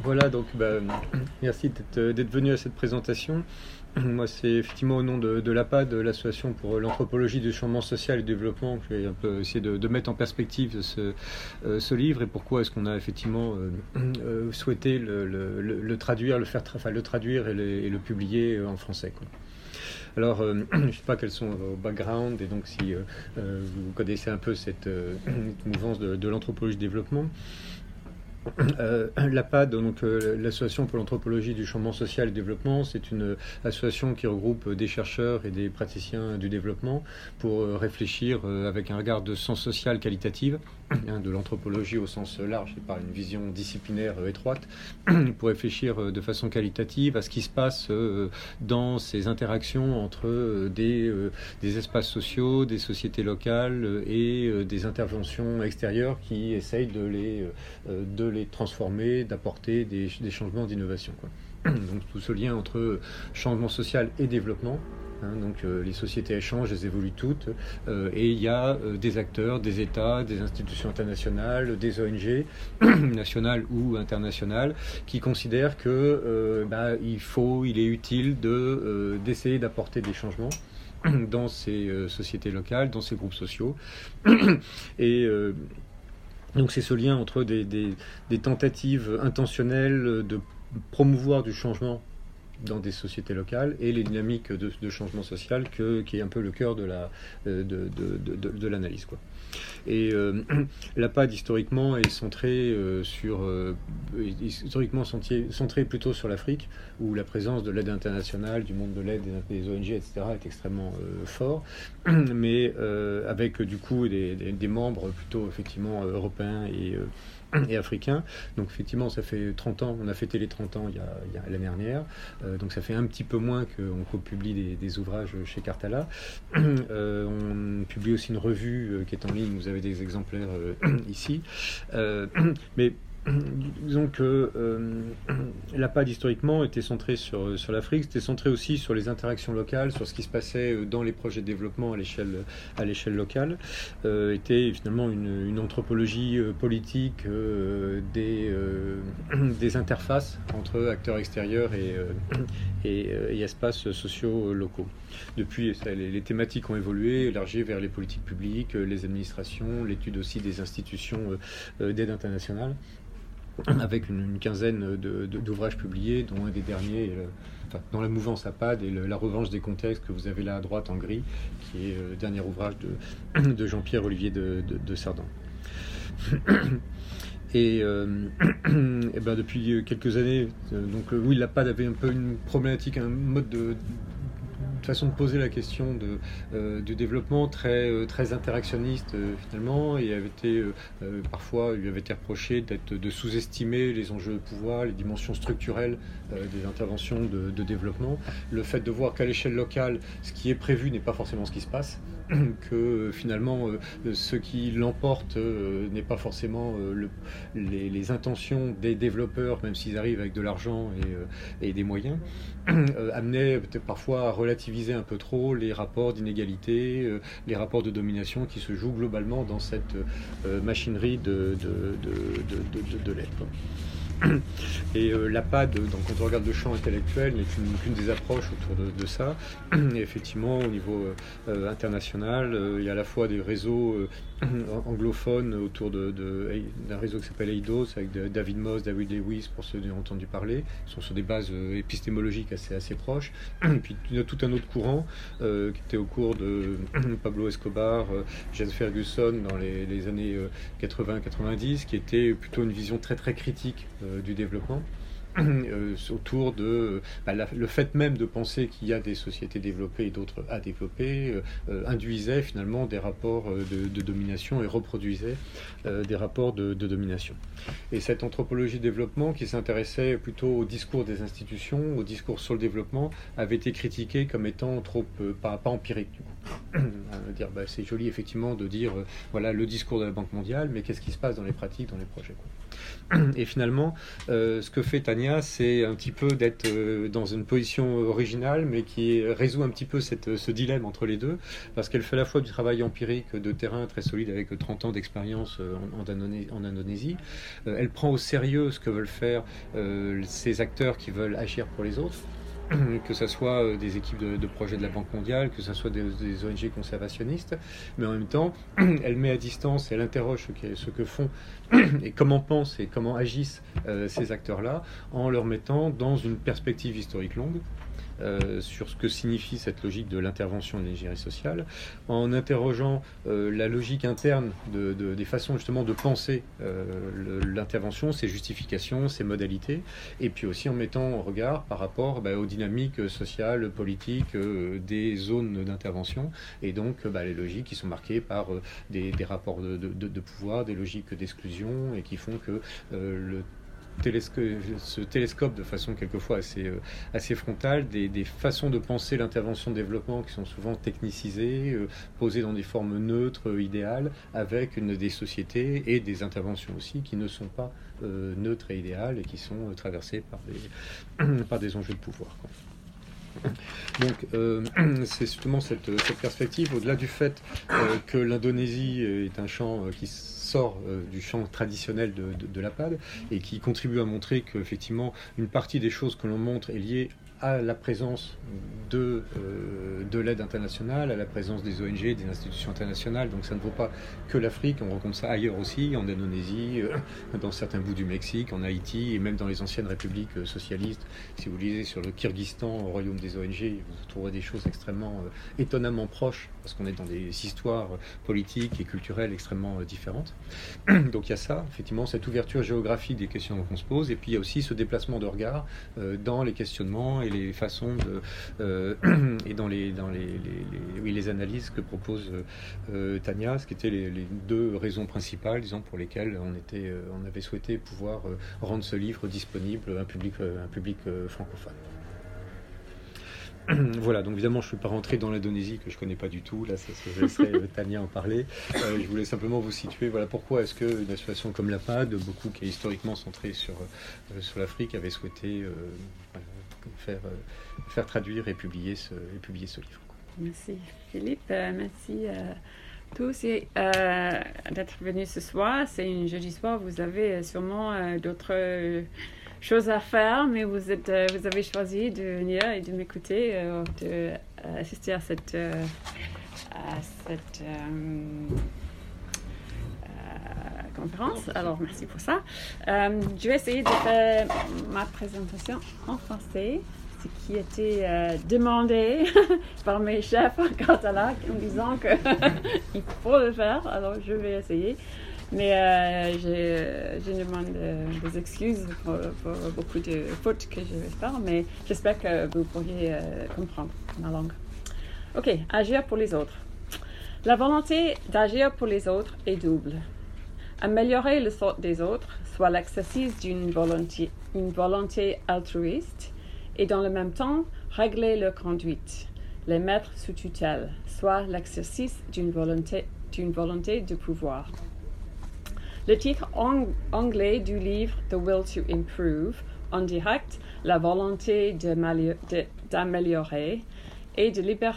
Voilà, donc merci d'être venu à cette présentation. Moi, c'est effectivement au nom de l'APAD, l'Association pour l'anthropologie du changement social et du développement, que j'ai un peu essayé de mettre en perspective ce livre et pourquoi est-ce qu'on a effectivement souhaité le traduire, le traduire et le publier en français, quoi. Alors, je ne sais pas quels sont vos backgrounds et donc si vous connaissez un peu cette mouvance de l'anthropologie du développement. L'APAD, donc l'Association pour l'anthropologie du changement social et du développement, c'est une association qui regroupe des chercheurs et des praticiens du développement pour réfléchir avec un regard de sens social qualitative, de l'anthropologie au sens large et par une vision disciplinaire étroite, pour réfléchir de façon qualitative à ce qui se passe dans ces interactions entre des espaces sociaux, des sociétés locales et des interventions extérieures qui essayent de les transformer, d'apporter des changements d'innovation, quoi. Donc tout ce lien entre changement social et développement. Donc les sociétés échangent, elles évoluent toutes, et il y a des acteurs, des États, des institutions internationales, des ONG, nationales ou internationales, qui considèrent que il est utile d'essayer d'apporter des changements dans ces sociétés locales, dans ces groupes sociaux. Et donc c'est ce lien entre des tentatives intentionnelles de promouvoir du changement dans des sociétés locales et les dynamiques de changement social qui est un peu le cœur de l'analyse, quoi. Et l'APAD historiquement est centré centré plutôt sur l'Afrique, où la présence de l'aide internationale, du monde de l'aide, des ONG, etc. est extrêmement fort, mais avec du coup des membres plutôt effectivement européens et africains. Donc effectivement, ça fait 30 ans, on a fêté les 30 ans il y a l'année dernière, donc ça fait un petit peu moins qu'on publie des ouvrages chez Cartala. On publie aussi une revue qui est en ligne, vous avez des exemplaires ici. Mais disons que l'APAD historiquement était centrée sur l'Afrique, c'était centré aussi sur les interactions locales, sur ce qui se passait dans les projets de développement à l'échelle locale. Était finalement une anthropologie politique des interfaces entre acteurs extérieurs et espaces sociaux locaux. Depuis, les thématiques ont évolué, élargies vers les politiques publiques, les administrations, l'étude aussi des institutions d'aide internationale, avec une quinzaine d'ouvrages publiés, dont un des derniers, dans la mouvance APAD, et La revanche des contextes, que vous avez là à droite en gris, qui est le dernier ouvrage de Jean-Pierre Olivier de Cerdan. Et depuis quelques années, oui, l'APAD avait un peu une problématique, un mode de façon de poser la question du développement très interactionniste finalement, et parfois il lui avait été reproché de sous-estimer les enjeux de pouvoir, les dimensions structurelles des interventions de développement, le fait de voir qu'à l'échelle locale ce qui est prévu n'est pas forcément ce qui se passe, que finalement ce qui l'emporte n'est pas forcément les intentions des développeurs, même s'ils arrivent avec de l'argent et des moyens, amenait peut-être parfois à relativiser un peu trop les rapports d'inégalité, les rapports de domination qui se jouent globalement dans cette machinerie de l'aide. Et l'APAD, donc quand on regarde le champ intellectuel, n'est qu'une des approches autour de ça. Et effectivement, au niveau international, il y a à la fois des réseaux anglophones autour d'un réseau qui s'appelle EIDOS, avec David Moss, David Lewis, pour ceux qui ont entendu parler. Ils sont sur des bases épistémologiques assez proches. Et puis il y a tout un autre courant qui était au cours de Pablo Escobar, Jens Ferguson dans les années 80-90, qui était plutôt une vision très très critique du développement, autour de le fait même de penser qu'il y a des sociétés développées et d'autres à développer, induisait finalement des rapports de domination et reproduisait des rapports de domination. Et cette anthropologie de développement, qui s'intéressait plutôt au discours des institutions, au discours sur le développement, avait été critiquée comme étant trop pas empirique, du coup. Dire, c'est joli effectivement de dire voilà le discours de la Banque mondiale, mais qu'est-ce qui se passe dans les pratiques, dans les projets, quoi. Et finalement, ce que fait Tania, c'est un petit peu d'être dans une position originale, mais qui résout un petit peu ce dilemme entre les deux, parce qu'elle fait à la fois du travail empirique de terrain très solide avec 30 ans d'expérience en Indonésie. Elle prend au sérieux ce que veulent faire ces acteurs qui veulent agir pour les autres, que ce soit des équipes de projets de la Banque mondiale, que ce soit des ONG conservationnistes, mais en même temps, elle met à distance et elle interroge ce que font et comment pensent et comment agissent ces acteurs-là, en leur mettant dans une perspective historique longue, sur ce que signifie cette logique de l'intervention de l'ingénierie sociale, en interrogeant la logique interne des façons justement de penser l'intervention, ses justifications, ses modalités, et puis aussi en mettant en regard par rapport aux dynamiques sociales, politiques des zones d'intervention, et donc les logiques qui sont marquées par des rapports de pouvoir, des logiques d'exclusion, et qui font que ce télescope de façon quelquefois assez frontale des façons de penser l'intervention de développement qui sont souvent technicisées, posées dans des formes neutres, idéales, avec des sociétés et des interventions aussi qui ne sont pas neutres et idéales et qui sont traversées par des enjeux de pouvoir, quoi. Donc c'est justement cette perspective, au-delà du fait que l'Indonésie est un champ qui sort du champ traditionnel de l'APAD et qui contribue à montrer qu'effectivement une partie des choses que l'on montre est liée à la présence de l'aide internationale, à la présence des ONG, des institutions internationales. Donc ça ne vaut pas que l'Afrique, on rencontre ça ailleurs aussi, en Indonésie, dans certains bouts du Mexique, en Haïti, et même dans les anciennes républiques socialistes. Si vous lisez sur le Kyrgyzstan, au royaume des ONG, vous trouverez des choses extrêmement étonnamment proches, parce qu'on est dans des histoires politiques et culturelles extrêmement différentes. Donc il y a ça, effectivement, cette ouverture géographique des questions qu'on se pose, et puis il y a aussi ce déplacement de regard dans les questionnements et les façons et dans les analyses que propose Tania, ce qui étaient les deux raisons principales, disons, pour lesquelles on avait souhaité pouvoir rendre ce livre disponible à un public francophone. Voilà, donc évidemment je ne suis pas rentré dans l'Indonésie que je ne connais pas du tout, là je laisserai Tania en parler. Je voulais simplement vous situer, voilà pourquoi est-ce qu'une association comme l'APAD, beaucoup qui est historiquement centrée sur l'Afrique, avait souhaité faire traduire et publier ce livre. Merci Philippe, merci à tous d'être venus ce soir. C'est un jeudi soir, vous avez sûrement d'autres choses à faire, mais vous avez choisi de venir et de m'écouter, d'assister à cette conférence. Alors, merci pour ça. Je vais essayer de faire ma présentation en français, ce qui était demandé par mes chefs en catalan en disant qu'il faut le faire. Alors, je vais essayer. Mais je demande des excuses pour beaucoup de fautes que je vais faire, mais j'espère que vous pourriez comprendre ma langue. Ok, agir pour les autres. La volonté d'agir pour les autres est double. Améliorer le sort des autres, soit l'exercice d'une volonté altruiste, et dans le même temps, régler leur conduite, les mettre sous tutelle, soit l'exercice d'une volonté de pouvoir. Le titre anglais du livre « The Will to Improve » en direct, la volonté d'améliorer, est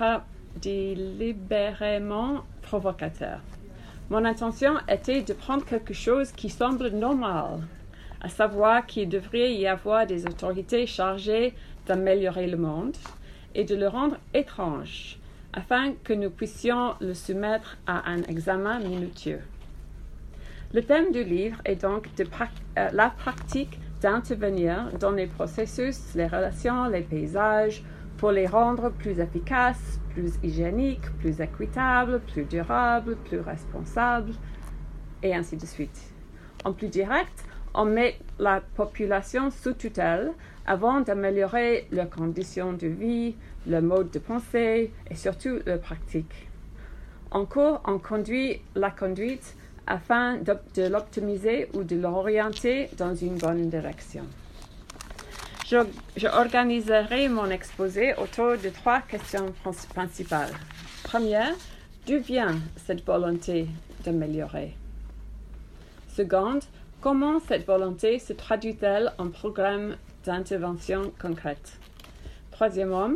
délibérément provocateur. Mon intention était de prendre quelque chose qui semble normal, à savoir qu'il devrait y avoir des autorités chargées d'améliorer le monde, et de le rendre étrange, afin que nous puissions le soumettre à un examen minutieux. Le thème du livre est donc la pratique d'intervenir dans les processus, les relations, les paysages, pour les rendre plus efficaces, plus hygiéniques, plus équitables, plus durables, plus responsables, et ainsi de suite. En plus direct, on met la population sous tutelle avant d'améliorer leurs conditions de vie, leur mode de pensée et surtout leurs pratiques. En cours, on conduit la conduite afin de l'optimiser ou de l'orienter dans une bonne direction. Je organiserai mon exposé autour de 3 questions principales. Première, d'où vient cette volonté d'améliorer? Seconde, comment cette volonté se traduit-elle en programme d'intervention concrète? Troisièmement,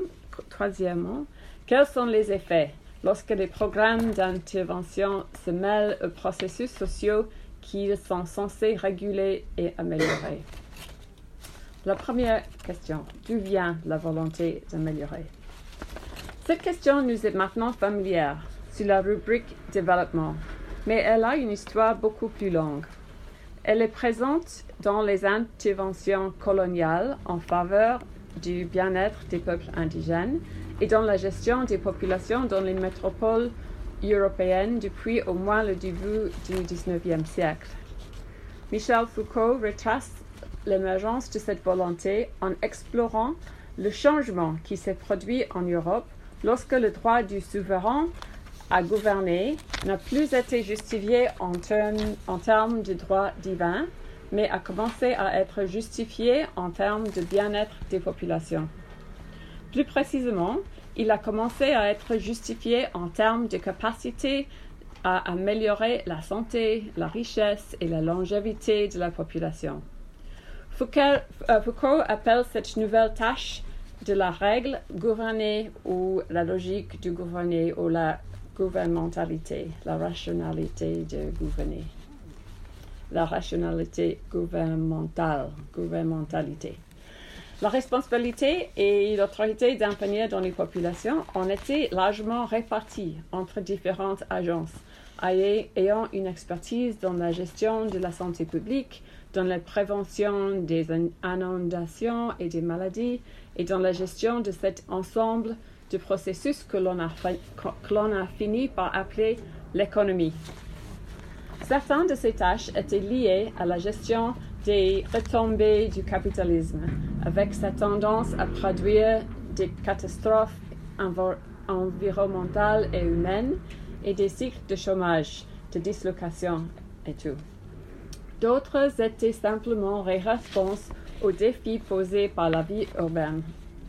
quels sont les effets lorsque les programmes d'intervention se mêlent aux processus sociaux qu'ils sont censés réguler et améliorer? La première question, d'où vient la volonté d'améliorer? Cette question nous est maintenant familière sous la rubrique développement, mais elle a une histoire beaucoup plus longue. Elle est présente dans les interventions coloniales en faveur du bien-être des peuples indigènes et dans la gestion des populations dans les métropoles européennes depuis au moins le début du XIXe siècle. Michel Foucault retrace l'émergence de cette volonté en explorant le changement qui s'est produit en Europe lorsque le droit du souverain à gouverner n'a plus été justifié en termes de droit divin, mais a commencé à être justifié en termes de bien-être des populations. Plus précisément, il a commencé à être justifié en termes de capacité à améliorer la santé, la richesse et la longévité de la population. Foucault appelle cette nouvelle tâche de la règle gouvernée ou la logique du gouverner ou la gouvernementalité, la rationalité de gouverner, la rationalité gouvernementalité. La responsabilité et l'autorité d'intervenir dans les populations ont été largement réparties entre différentes agences, ayant une expertise dans la gestion de la santé publique, dans la prévention des inondations et des maladies, et dans la gestion de cet ensemble de processus que l'on a fini par appeler l'économie. Certaines de ces tâches étaient liées à la gestion des retombées du capitalisme, avec sa tendance à produire des catastrophes environnementales et humaines et des cycles de chômage, de dislocation et tout. D'autres étaient simplement des réponses aux défis posés par la vie urbaine.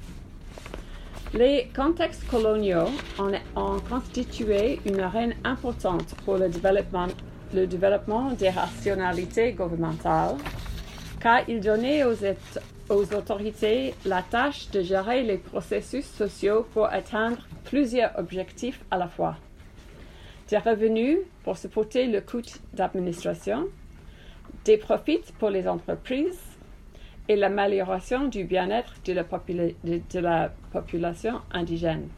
Les contextes coloniaux ont constitué une arène importante pour le développement des rationalités gouvernementales, car ils donnaient aux autorités la tâche de gérer les processus sociaux pour atteindre plusieurs objectifs à la fois. Des revenus pour supporter le coût d'administration, des profits pour les entreprises et l'amélioration du bien-être de la population indigène.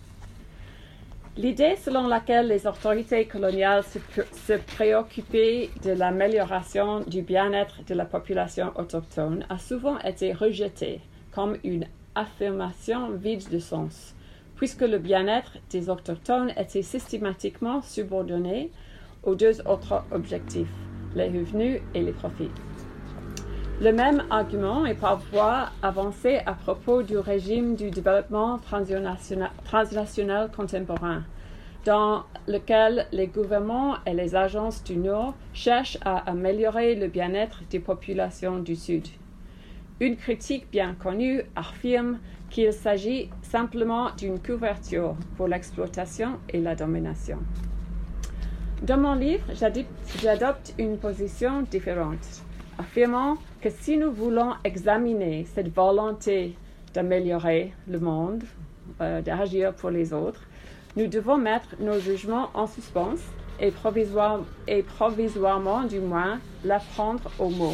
L'idée selon laquelle les autorités coloniales se préoccupaient de l'amélioration du bien-être de la population autochtone a souvent été rejetée comme une affirmation vide de sens, puisque le bien-être des autochtones était systématiquement subordonné aux 2 autres objectifs, les revenus et les profits. Le même argument est parfois avancé à propos du régime du développement transnational contemporain, dans lequel les gouvernements et les agences du Nord cherchent à améliorer le bien-être des populations du Sud. Une critique bien connue affirme qu'il s'agit simplement d'une couverture pour l'exploitation et la domination. Dans mon livre, j'adopte une position différente, affirmant que si nous voulons examiner cette volonté d'améliorer le monde, d'agir pour les autres, nous devons mettre nos jugements en suspens et provisoirement du moins la prendre au mot.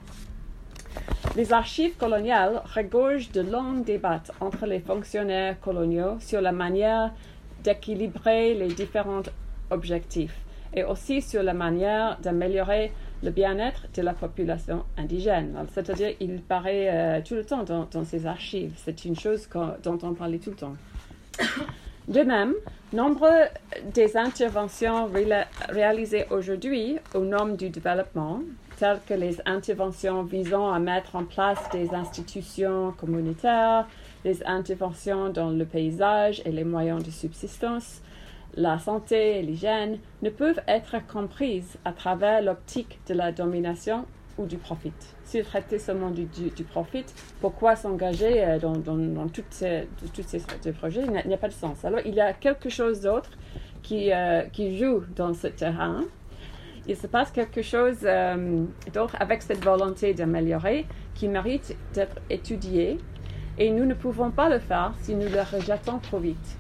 Les archives coloniales regorgent de longs débats entre les fonctionnaires coloniaux sur la manière d'équilibrer les différents objectifs et aussi sur la manière d'améliorer le bien-être de la population indigène. C'est-à-dire, il paraît tout le temps dans ces archives. C'est une chose dont on parlait tout le temps. De même, nombre des interventions réalisées aujourd'hui au nom du développement, telles que les interventions visant à mettre en place des institutions communautaires, les interventions dans le paysage et les moyens de subsistance, la santé et l'hygiène, ne peuvent être comprises à travers l'optique de la domination ou du profit? S'il traitait seulement du profit, pourquoi s'engager dans tous ces projets? Il n'y a pas de sens. Alors, il y a quelque chose d'autre qui joue dans ce terrain. Il se passe quelque chose d'autre avec cette volonté d'améliorer qui mérite d'être étudié, et nous ne pouvons pas le faire si nous le rejetons trop vite.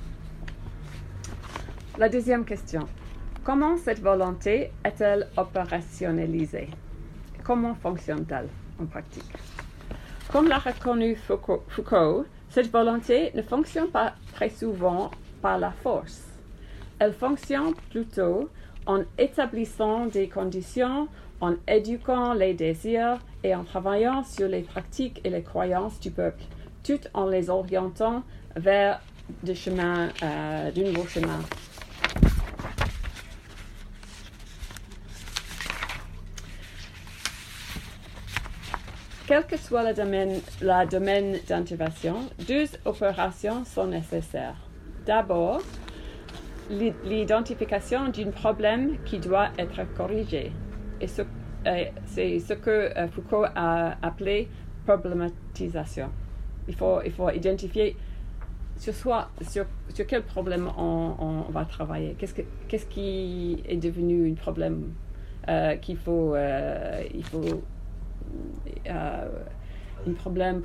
La deuxième question. Comment cette volonté est-elle opérationnalisée? Comment fonctionne-t-elle en pratique? Comme l'a reconnu Foucault, cette volonté ne fonctionne pas très souvent par la force. Elle fonctionne plutôt en établissant des conditions, en éduquant les désirs et en travaillant sur les pratiques et les croyances du peuple, tout en les orientant vers de nouveaux chemins. Quel que soit le domaine d'intervention, deux opérations sont nécessaires. D'abord, l'identification d'un problème qui doit être corrigé. Et c'est ce que Foucault a appelé problématisation. Il faut identifier sur quel problème on va travailler. Qu'est-ce qui est devenu un problème un problème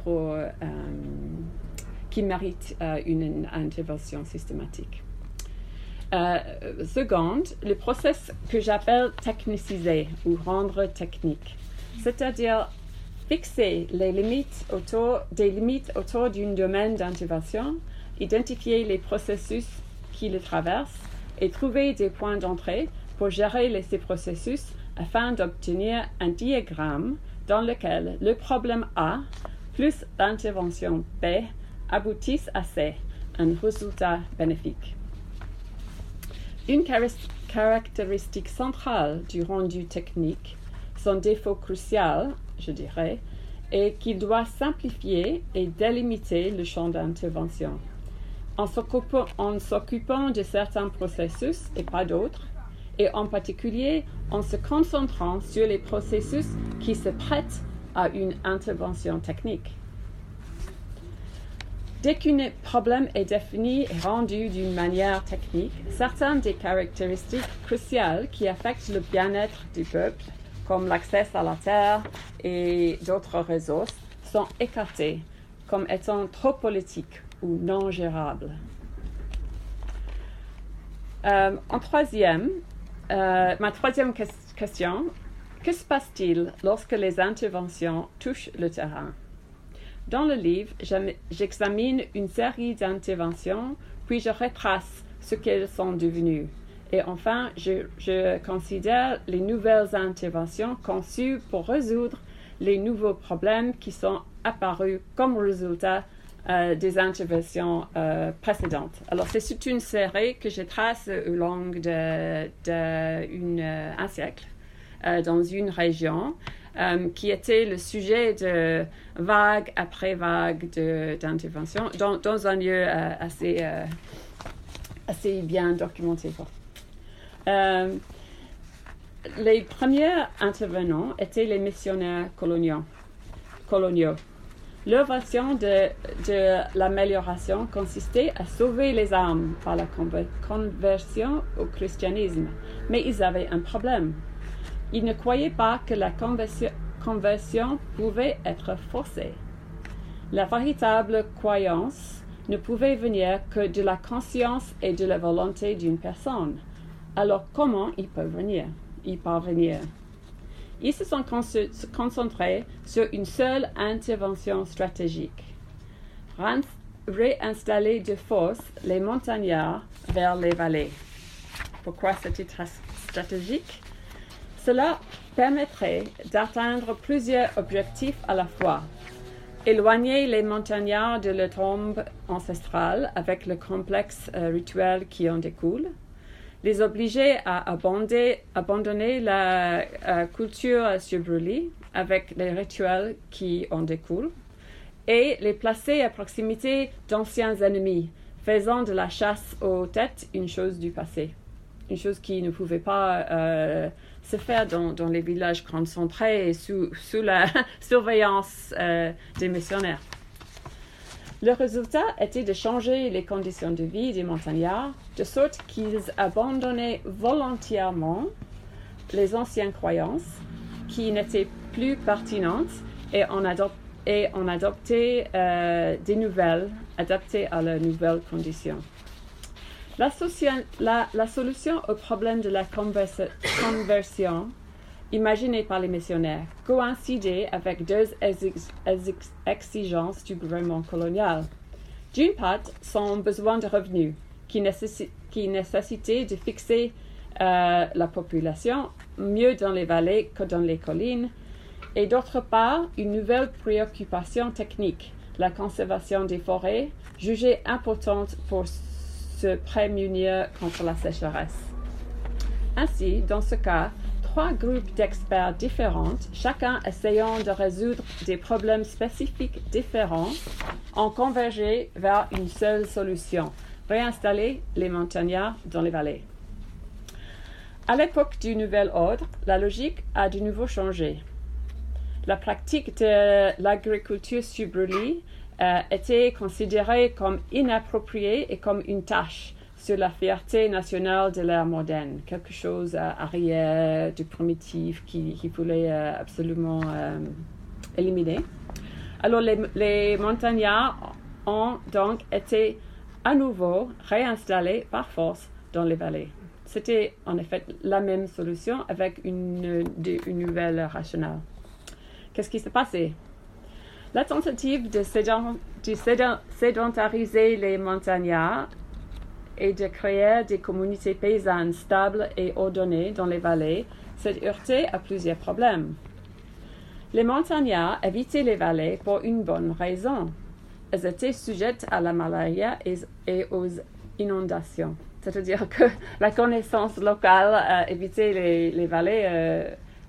qui mérite une intervention systématique. Seconde, le processus que j'appelle techniciser ou rendre technique, c'est-à-dire fixer des limites autour d'un domaine d'intervention, identifier les processus qui le traversent et trouver des points d'entrée pour gérer ces processus afin d'obtenir un diagramme dans lequel le problème A plus l'intervention B aboutissent à C, un résultat bénéfique. Une caractéristique centrale du rendu technique, son défaut crucial, je dirais, est qu'il doit simplifier et délimiter le champ d'intervention. En s'occupant de certains processus et pas d'autres, et en particulier en se concentrant sur les processus qui se prêtent à une intervention technique. Dès qu'un problème est défini et rendu d'une manière technique, certaines des caractéristiques cruciales qui affectent le bien-être du peuple, comme l'accès à la terre et d'autres ressources, sont écartées comme étant trop politiques ou non gérables. Ma troisième question, que se passe-t-il lorsque les interventions touchent le terrain? Dans le livre, j'examine une série d'interventions, puis je retrace ce qu'elles sont devenues. Et enfin, je considère les nouvelles interventions conçues pour résoudre les nouveaux problèmes qui sont apparus comme résultat des interventions précédentes. Alors, c'est une série que je trace au long d'un siècle dans une région qui était le sujet de vague après vague d'interventions dans un lieu assez bien documenté. Les premiers intervenants étaient les missionnaires coloniaux. Leur version de l'amélioration consistait à sauver les âmes par la conversion au christianisme, mais ils avaient un problème. Ils ne croyaient pas que la conversion pouvait être forcée. La véritable croyance ne pouvait venir que de la conscience et de la volonté d'une personne. Alors comment y parvenir? Ils se sont concentrés sur une seule intervention stratégique. Réinstaller de force les montagnards vers les vallées. Pourquoi c'était stratégique? Cela permettrait d'atteindre plusieurs objectifs à la fois. Éloigner les montagnards de leur tombe ancestrale avec le complexe rituel qui en découle. Les obliger à abandonner la culture sur brûlis avec les rituels qui en découlent. Et les placer à proximité d'anciens ennemis, faisant de la chasse aux têtes une chose du passé. Une chose qui ne pouvait pas se faire dans les villages concentrés et sous la surveillance des missionnaires. Le résultat était de changer les conditions de vie des montagnards, de sorte qu'ils abandonnaient volontairement les anciennes croyances qui n'étaient plus pertinentes et en adoptaient des nouvelles adaptées à leurs nouvelles conditions. La solution au problème de la conversion imaginée par les missionnaires coïncidait avec deux exigences du gouvernement colonial. D'une part, son besoin de revenus, qui nécessitait de fixer la population mieux dans les vallées que dans les collines, et d'autre part, une nouvelle préoccupation technique, la conservation des forêts, jugée importante pour se prémunir contre la sécheresse. Ainsi, dans ce cas, 3 groupes d'experts différents, chacun essayant de résoudre des problèmes spécifiques différents, ont convergé vers une seule solution, réinstaller les montagnards dans les vallées. À l'époque du Nouvel Ordre, la logique a de nouveau changé. La pratique de l'agriculture sur brûlis était considérée comme inappropriée et comme une tâche sur la fierté nationale de l'ère moderne, quelque chose arrière, de primitif qu'il voulait absolument éliminer. Alors les montagnards ont donc été à nouveau réinstallés par force dans les vallées. C'était en effet la même solution avec une nouvelle rationale. Qu'est-ce qui s'est passé? La tentative de sédentariser les montagnards et de créer des communautés paysannes stables et ordonnées dans les vallées s'est heurtée à plusieurs problèmes. Les montagnards évitaient les vallées pour une bonne raison. Elles étaient sujettes à la malaria et aux inondations. C'est-à-dire que la connaissance locale évitait les vallées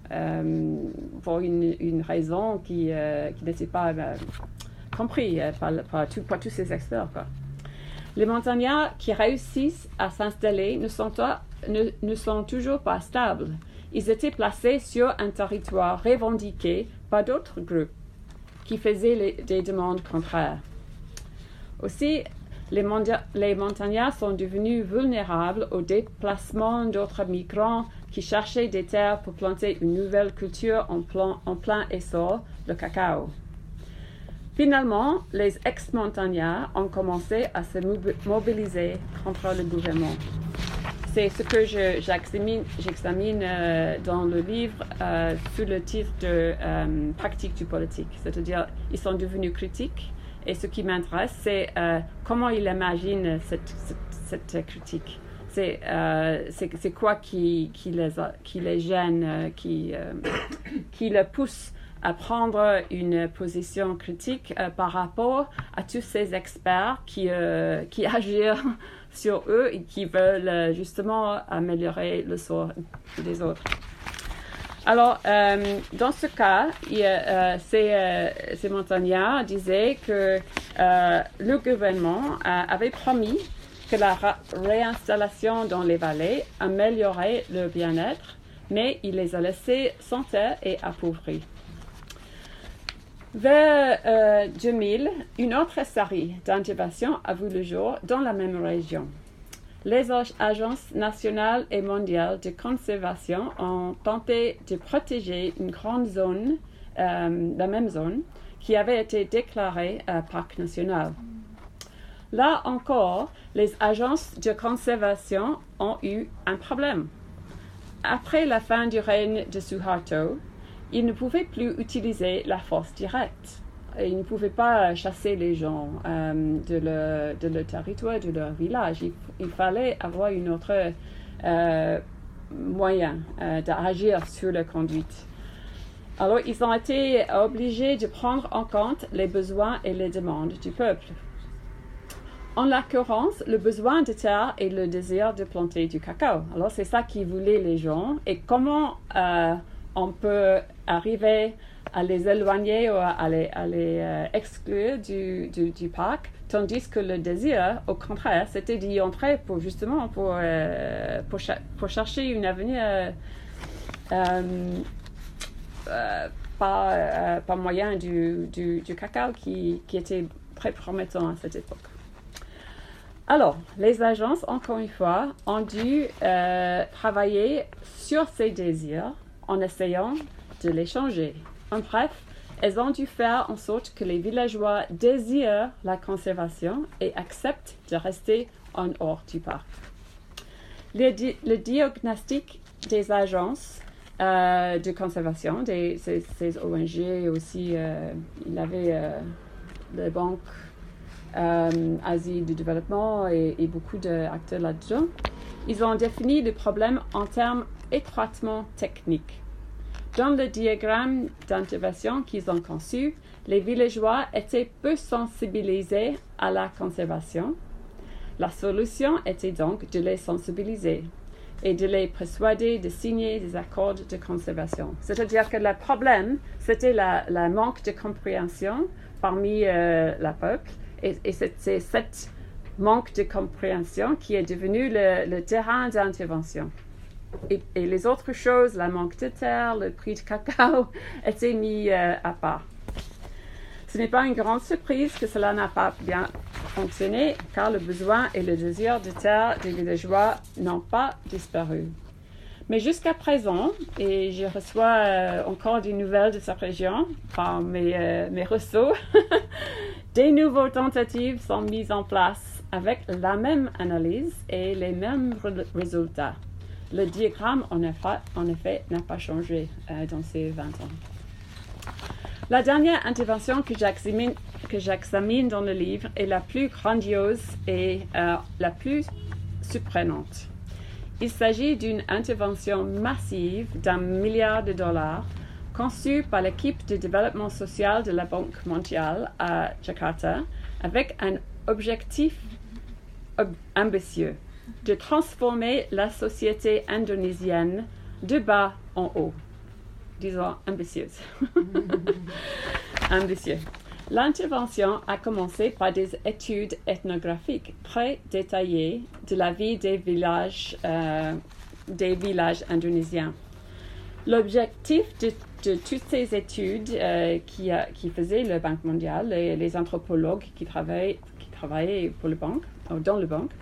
pour une raison qui n'était pas comprise par tous ces experts, quoi. Les montagnards qui réussissent à s'installer ne sont toujours pas stables. Ils étaient placés sur un territoire revendiqué par d'autres groupes qui faisaient des demandes contraires. Aussi, les montagnards sont devenus vulnérables au déplacement d'autres migrants qui cherchaient des terres pour planter une nouvelle culture en plein essor, le cacao. Finalement, les ex-montagnards ont commencé à se mobiliser contre le gouvernement. C'est ce que j'examine dans le livre sous le titre de pratique du politique. C'est-à-dire, ils sont devenus critiques et ce qui m'intéresse, c'est comment ils imaginent cette critique. C'est quoi qui les gêne, qui les pousse à prendre une position critique par rapport à tous ces experts qui agissent sur eux et qui veulent justement améliorer le sort des autres. Alors, dans ce cas, ces montagnards disaient que le gouvernement avait promis que la réinstallation dans les vallées améliorait leur bien-être, mais il les a laissés sans terre et appauvris. Vers 2000, une autre série d'interventions a vu le jour dans la même région. Les agences nationales et mondiales de conservation ont tenté de protéger une grande zone, la même zone, qui avait été déclarée parc national. Là encore, les agences de conservation ont eu un problème. Après la fin du règne de Suharto, ils ne pouvaient plus utiliser la force directe. Ils ne pouvaient pas chasser les gens de leur territoire, de leur village. Il fallait avoir un autre moyen d'agir sur la conduite. Alors, ils ont été obligés de prendre en compte les besoins et les demandes du peuple. En l'occurrence, le besoin de terre et le désir de planter du cacao. Alors, c'est ça qui voulaient les gens. Et comment on peut arriver à les éloigner ou à les exclure du parc, tandis que le désir, au contraire, c'était d'y entrer pour chercher un avenir par moyen du cacao qui était très promettant à cette époque. Alors, les agences, encore une fois, ont dû travailler sur ces désirs en essayant de les changer. En bref, elles ont dû faire en sorte que les villageois désirent la conservation et acceptent de rester en hors du parc. Le diagnostic des agences de conservation, ces ONG aussi, il y avait les banques Asie du développement et beaucoup d'acteurs là-dedans. Ils ont défini le problème en termes étroitement techniques. Dans le diagramme d'intervention qu'ils ont conçu, les villageois étaient peu sensibilisés à la conservation. La solution était donc de les sensibiliser et de les persuader de signer des accords de conservation. C'est-à-dire que le problème, c'était le manque de compréhension parmi le peuple. Et c'est cette manque de compréhension qui est devenu le terrain d'intervention. Et les autres choses, le manque de terre, le prix de cacao, étaient mis à part. Ce n'est pas une grande surprise que cela n'a pas bien fonctionné, car le besoin et le désir de terre des villageois n'ont pas disparu. Mais jusqu'à présent, et je reçois encore des nouvelles de cette région par mes réseaux, des nouvelles tentatives sont mises en place avec la même analyse et les mêmes résultats. Le diagramme, en effet, n'a pas changé dans ces 20 ans. La dernière intervention que j'examine dans le livre est la plus grandiose et la plus surprenante. Il s'agit d'une intervention massive d'1 milliard de dollars conçue par l'équipe de développement social de la Banque mondiale à Jakarta avec un objectif ambitieux de transformer la société indonésienne de bas en haut. Disons ambitieuse. Ambitieux. L'intervention a commencé par des études ethnographiques très détaillées de la vie des villages indonésiens. L'objectif de toutes ces études qui faisaient la Banque mondiale, les anthropologues qui travaillaient pour dans la banque,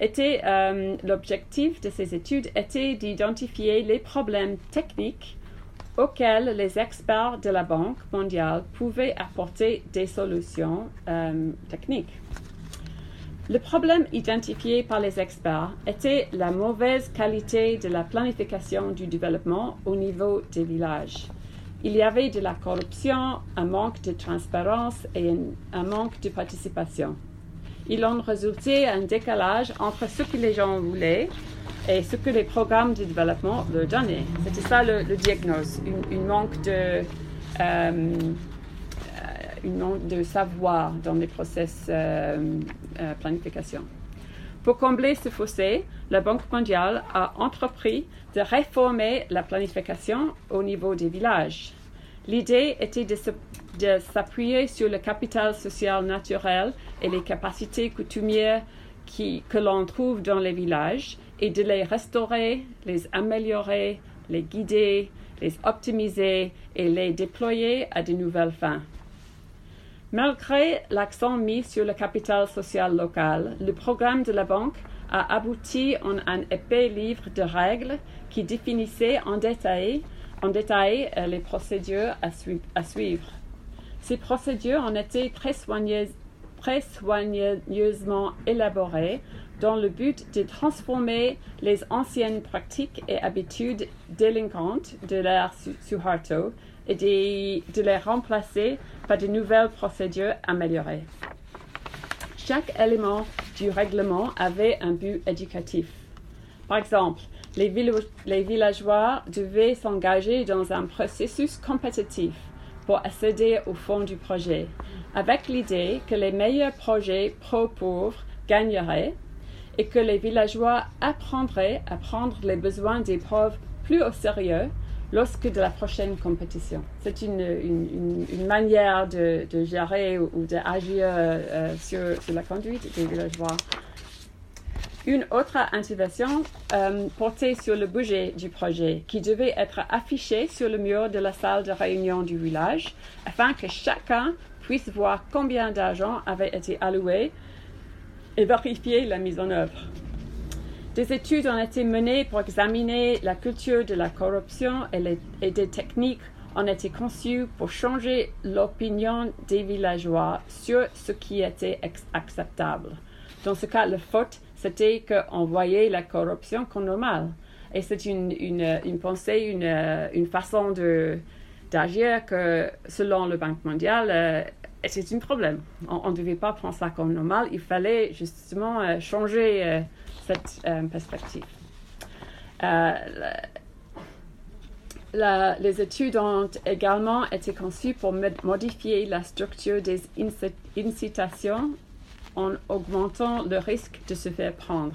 l'objectif de ces études était d'identifier les problèmes techniques auxquels les experts de la Banque mondiale pouvaient apporter des solutions techniques. Le problème identifié par les experts était la mauvaise qualité de la planification du développement au niveau des villages. Il y avait de la corruption, un manque de transparence et un manque de participation. Il en résultait un décalage entre ce que les gens voulaient et ce que les programmes de développement leur donnaient. C'était ça le diagnostic, une manque de savoir dans les process planification. Pour combler ce fossé, la Banque mondiale a entrepris de réformer la planification au niveau des villages. L'idée était de s'appuyer sur le capital social naturel et les capacités coutumières que l'on trouve dans les villages et de les restaurer, les améliorer, les guider, les optimiser et les déployer à de nouvelles fins. Malgré l'accent mis sur le capital social local, le programme de la Banque a abouti en un épais livre de règles qui définissait en détail les procédures à suivre. Ces procédures ont été très soigneusement élaborées dans le but de transformer les anciennes pratiques et habitudes délinquantes de l'ère Suharto et de les remplacer par de nouvelles procédures améliorées. Chaque élément du règlement avait un but éducatif. Par exemple, les villageois devaient s'engager dans un processus compétitif pour accéder au fond du projet, avec l'idée que les meilleurs projets pro-pauvres gagneraient et que les villageois apprendraient à prendre les besoins des pauvres plus au sérieux lorsque de la prochaine compétition. C'est une manière de gérer ou d'agir sur la conduite des villageois. Une autre intervention portait sur le budget du projet qui devait être affiché sur le mur de la salle de réunion du village afin que chacun puisse voir combien d'argent avait été alloué et vérifier la mise en œuvre. Des études ont été menées pour examiner la culture de la corruption et des techniques ont été conçues pour changer l'opinion des villageois sur ce qui était acceptable. Dans ce cas, la faute, c'était qu'on voyait la corruption comme normale. Et c'est une pensée, une façon d'agir que, selon le Banque mondiale, c'est un problème. On ne devait pas prendre ça comme normal. Il fallait justement changer cette perspective. Les études ont également été conçues pour modifier la structure des incitations en augmentant le risque de se faire prendre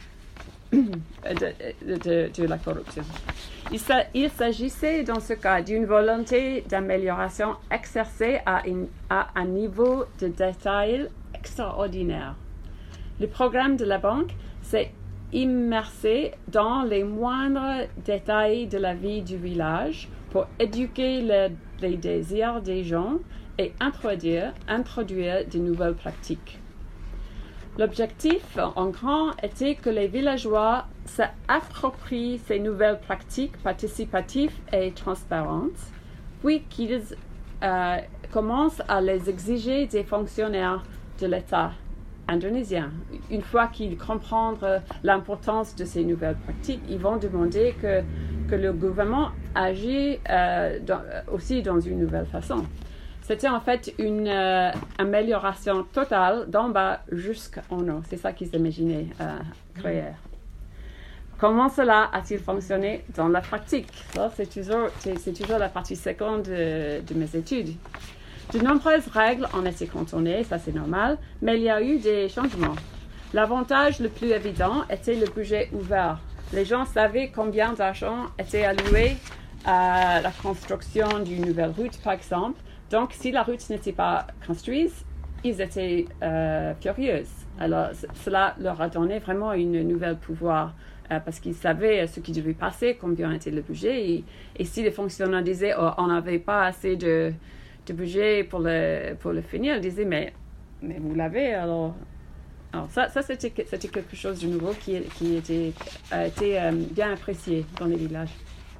de la corruption. Il s'agissait dans ce cas d'une volonté d'amélioration exercée à un niveau de détail extraordinaire. Le programme de la banque s'est immersé dans les moindres détails de la vie du village pour éduquer les désirs des gens et introduire de nouvelles pratiques. L'objectif en grand était que les villageois s'approprient ces nouvelles pratiques participatives et transparentes, puis qu'ils commencent à les exiger des fonctionnaires de l'État indonésien. Une fois qu'ils comprennent l'importance de ces nouvelles pratiques, ils vont demander que le gouvernement agisse aussi dans une nouvelle façon. C'était en fait une amélioration totale d'en bas jusqu'en haut. C'est ça qu'ils imaginaient créer. Comment cela a-t-il fonctionné dans la pratique? C'est toujours la partie seconde de mes études. De nombreuses règles ont été contournées, ça c'est normal, mais il y a eu des changements. L'avantage le plus évident était le budget ouvert. Les gens savaient combien d'argent était alloué à la construction d'une nouvelle route, par exemple. Donc, si la route n'était pas construite, ils étaient furieux. Alors, cela leur a donné vraiment une nouvelle pouvoir parce qu'ils savaient ce qui devait passer, combien était le budget. Et si les fonctionnaires disaient on n'avait pas assez de budget pour le finir, ils disaient mais vous l'avez. Alors ça c'était quelque chose de nouveau qui a été bien apprécié dans les villages.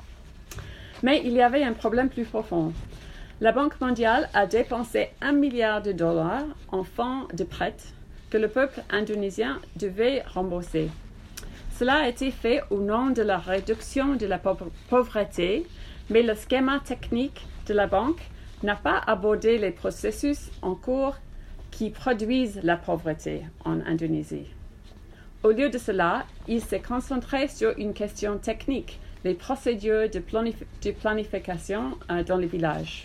Mais il y avait un problème plus profond. La Banque mondiale a dépensé $1 milliard en fonds de prêt que le peuple indonésien devait rembourser. Cela a été fait au nom de la réduction de la pauvreté, mais le schéma technique de la banque n'a pas abordé les processus en cours qui produisent la pauvreté en Indonésie. Au lieu de cela, il s'est concentré sur une question technique, les procédures de planification dans les villages.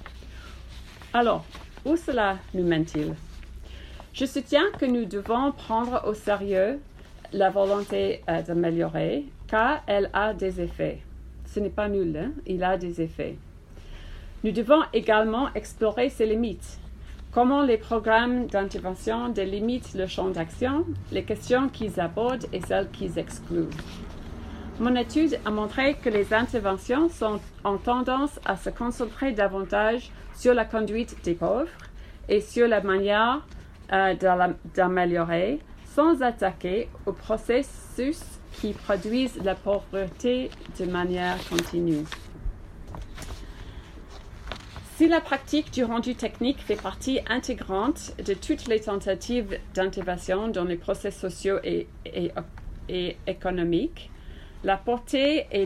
Alors, où cela nous mène-t-il? Je soutiens que nous devons prendre au sérieux la volonté d'améliorer, car elle a des effets. Ce n'est pas nul, hein? Il a des effets. Nous devons également explorer ses limites. Comment les programmes d'intervention délimitent le champ d'action, les questions qu'ils abordent et celles qu'ils excluent. Mon étude a montré que les interventions ont tendance à se concentrer davantage sur la conduite des pauvres et sur la manière d'améliorer sans attaquer aux processus qui produisent la pauvreté de manière continue. Si la pratique du rendu technique fait partie intégrante de toutes les tentatives d'intervention dans les processus sociaux et économiques, la portée et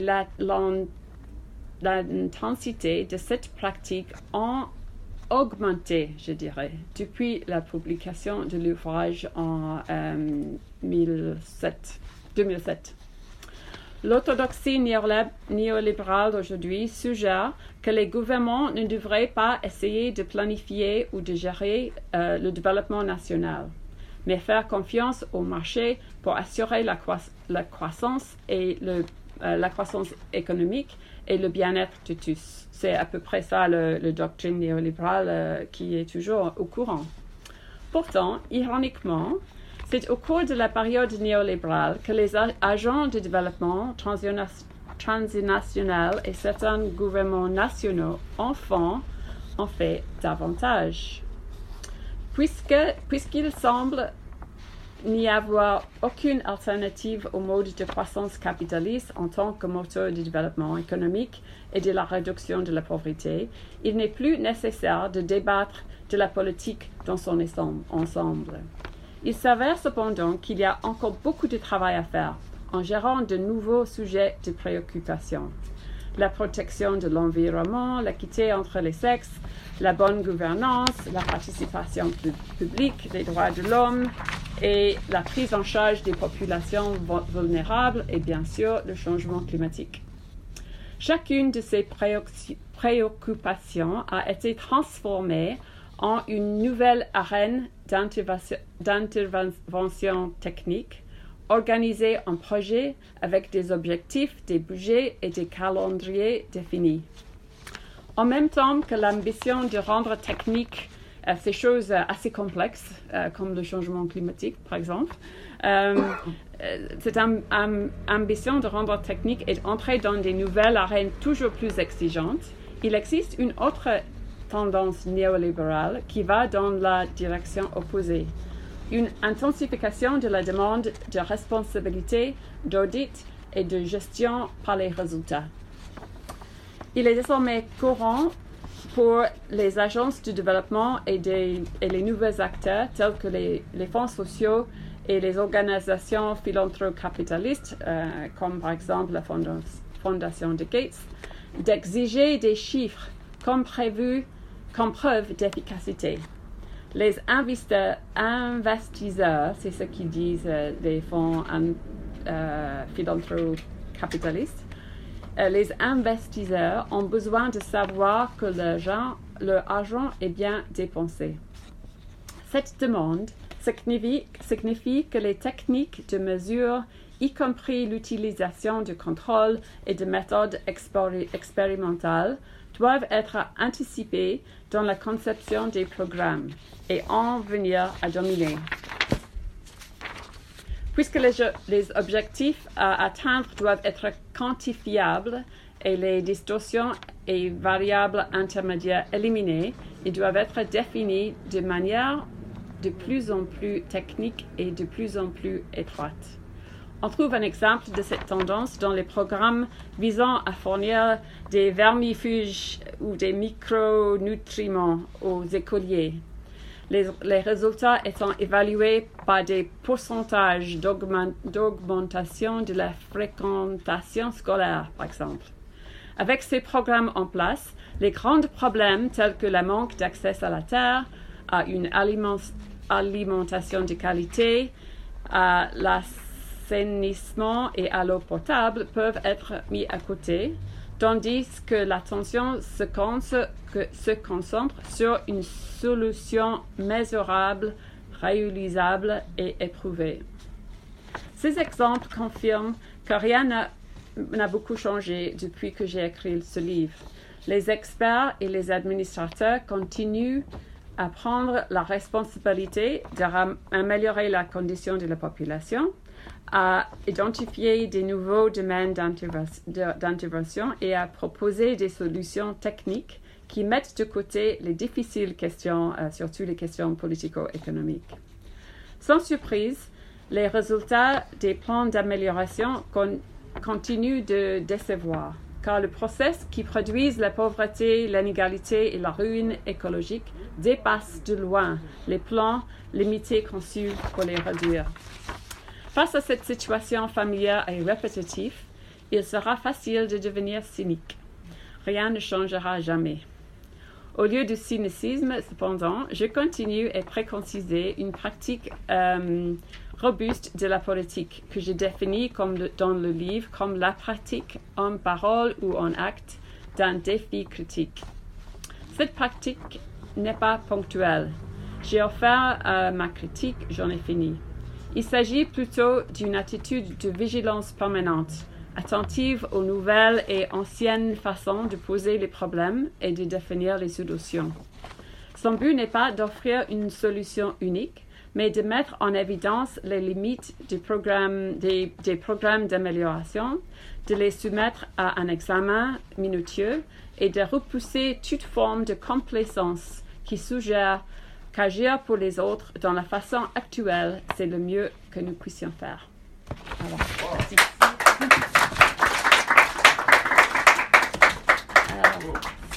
l'intensité de cette pratique ont augmenté, je dirais, depuis la publication de l'ouvrage en 2007. L'orthodoxie néolibérale d'aujourd'hui suggère que les gouvernements ne devraient pas essayer de planifier ou de gérer le développement national, mais faire confiance au marché pour assurer la croissance et la croissance économique et le bien-être de tous. C'est à peu près ça le doctrine néolibérale qui est toujours au courant. Pourtant, ironiquement, C'est au cours de la période néolibérale que les agents de développement transnational et certains gouvernements nationaux en fait davantage. Puisqu'il semble n'y avoir aucune alternative au mode de croissance capitaliste en tant que moteur du développement économique et de la réduction de la pauvreté, il n'est plus nécessaire de débattre de la politique dans son ensemble. Il s'avère cependant qu'il y a encore beaucoup de travail à faire en gérant de nouveaux sujets de préoccupation. La protection de l'environnement, l'équité entre les sexes, la bonne gouvernance, la participation publique, les droits de l'homme et la prise en charge des populations vulnérables et bien sûr le changement climatique. Chacune de ces préoccupations a été transformée en une nouvelle arène d'intervention technique organisée en projets avec des objectifs, des budgets et des calendriers définis. En même temps que l'ambition de rendre technique ces choses assez complexes, comme le changement climatique, par exemple, cette ambition de rendre technique est entrée dans des nouvelles arènes toujours plus exigeantes. Il existe une autre tendance néolibérale qui va dans la direction opposée. Une intensification de la demande de responsabilité, d'audit et de gestion par les résultats. Il est désormais courant pour les agences de développement et les nouveaux acteurs tels que les fonds sociaux et les organisations philanthrocapitalistes, comme par exemple la Fondation de Gates, d'exiger des chiffres comme prévu comme preuve d'efficacité. Les investisseurs, c'est ce qu'ils disent les fonds philanthrocapitalistes, les investisseurs ont besoin de savoir que leur argent est bien dépensé. Cette demande signifie que les techniques de mesure, y compris l'utilisation de contrôle et de méthodes expérimentales, doivent être anticipées dans la conception des programmes et en venir à dominer. Puisque les objectifs à atteindre doivent être quantifiables et les distorsions et variables intermédiaires éliminées, ils doivent être définis de manière de plus en plus technique et de plus en plus étroite. On trouve un exemple de cette tendance dans les programmes visant à fournir des vermifuges ou des micronutriments aux écoliers. Les résultats étant évalués par des pourcentages d'augmentation de la fréquentation scolaire, par exemple. Avec ces programmes en place, les grands problèmes tels que le manque d'accès à la terre, à une alimentation de qualité, à l'assainissement et à l'eau potable peuvent être mis à côté, tandis que l'attention se concentre sur une solution mesurable, réalisable et éprouvée. Ces exemples confirment que rien n'a beaucoup changé depuis que j'ai écrit ce livre. Les experts et les administrateurs continuent à prendre la responsabilité d'améliorer la condition de la population, à identifier des nouveaux domaines d'intervention et à proposer des solutions techniques qui mettent de côté les difficiles questions, surtout les questions politico-économiques. Sans surprise, les résultats des plans d'amélioration continuent de décevoir, car le processus qui produit la pauvreté, l'inégalité et la ruine écologique dépasse de loin les plans limités conçus pour les réduire. Face à cette situation familière et répétitive, il sera facile de devenir cynique. Rien ne changera jamais. Au lieu de cynicisme, cependant, je continue à préconiser une pratique robuste de la politique que je définis dans le livre comme la pratique en parole ou en acte d'un défi critique. Cette pratique n'est pas ponctuelle. J'ai offert ma critique, j'en ai fini. Il s'agit plutôt d'une attitude de vigilance permanente, attentive aux nouvelles et anciennes façons de poser les problèmes et de définir les solutions. Son but n'est pas d'offrir une solution unique, mais de mettre en évidence les limites des programmes d'amélioration, de les soumettre à un examen minutieux et de repousser toute forme de complaisance qui suggère qu'agir pour les autres dans la façon actuelle, c'est le mieux que nous puissions faire. Alors, merci.